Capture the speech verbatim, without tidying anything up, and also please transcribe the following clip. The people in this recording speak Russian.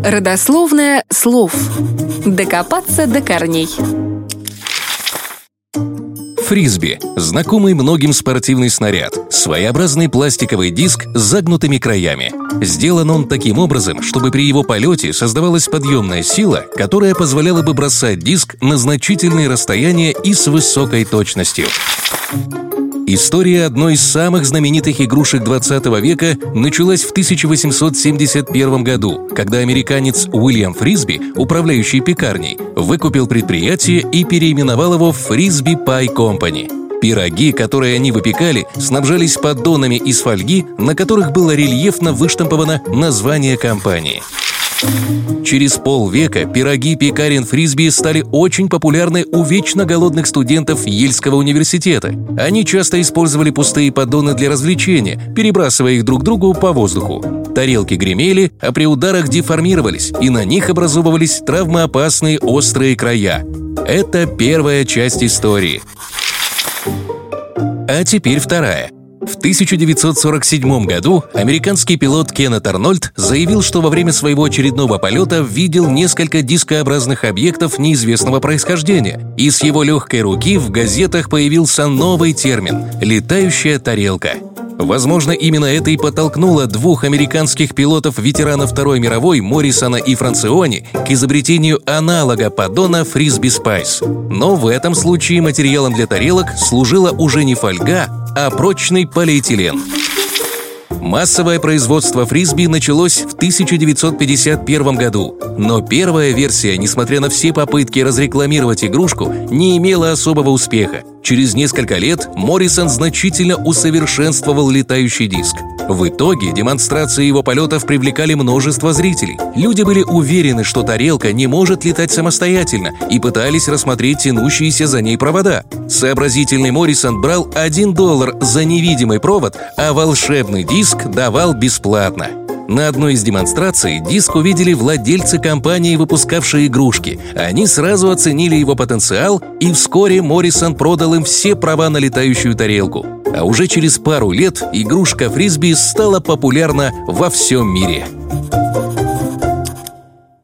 Родословная слов. Докопаться до корней. Фрисби – знакомый многим спортивный снаряд, своеобразный пластиковый диск с загнутыми краями. Сделан он таким образом, чтобы при его полете создавалась подъемная сила, которая позволяла бы бросать диск на значительные расстояния и с высокой точностью. История одной из самых знаменитых игрушек двадцатого века началась в тысяча восемьсот семьдесят первом году, когда американец Уильям Фрисби, управляющий пекарней, выкупил предприятие и переименовал его в Frisbie Pie Company. Пироги, которые они выпекали, снабжались поддонами из фольги, на которых было рельефно выштамповано название компании. Через полвека пироги пекарен Фрисби стали очень популярны у вечно голодных студентов Ельского университета. Они часто использовали пустые поддоны для развлечения, перебрасывая их друг другу по воздуху. Тарелки гремели, а при ударах деформировались, и на них образовывались травмоопасные острые края. Это первая часть истории. А теперь вторая. В тысяча девятьсот сорок седьмом году американский пилот Кеннет Арнольд заявил, что во время своего очередного полета видел несколько дискообразных объектов неизвестного происхождения, и с его легкой руки в газетах появился новый термин – «летающая тарелка». Возможно, именно это и подтолкнуло двух американских пилотов-ветеранов Второй мировой Моррисона и Франциони к изобретению аналога поддона Frisbie Spice. Но в этом случае материалом для тарелок служила уже не фольга, а прочный полиэтилен. Массовое производство фрисби началось в тысяча девятьсот пятьдесят первом году, но первая версия, несмотря на все попытки разрекламировать игрушку, не имела особого успеха. Через несколько лет Моррисон значительно усовершенствовал летающий диск. В итоге демонстрации его полетов привлекали множество зрителей. Люди были уверены, что тарелка не может летать самостоятельно, и пытались рассмотреть тянущиеся за ней провода. Сообразительный Моррисон брал один доллар за невидимый провод, а волшебный диск давал бесплатно. На одной из демонстраций диск увидели владельцы компании, выпускавшей игрушки. Они сразу оценили его потенциал, и вскоре Моррисон продал им все права на летающую тарелку. А уже через пару лет игрушка фрисби стала популярна во всем мире.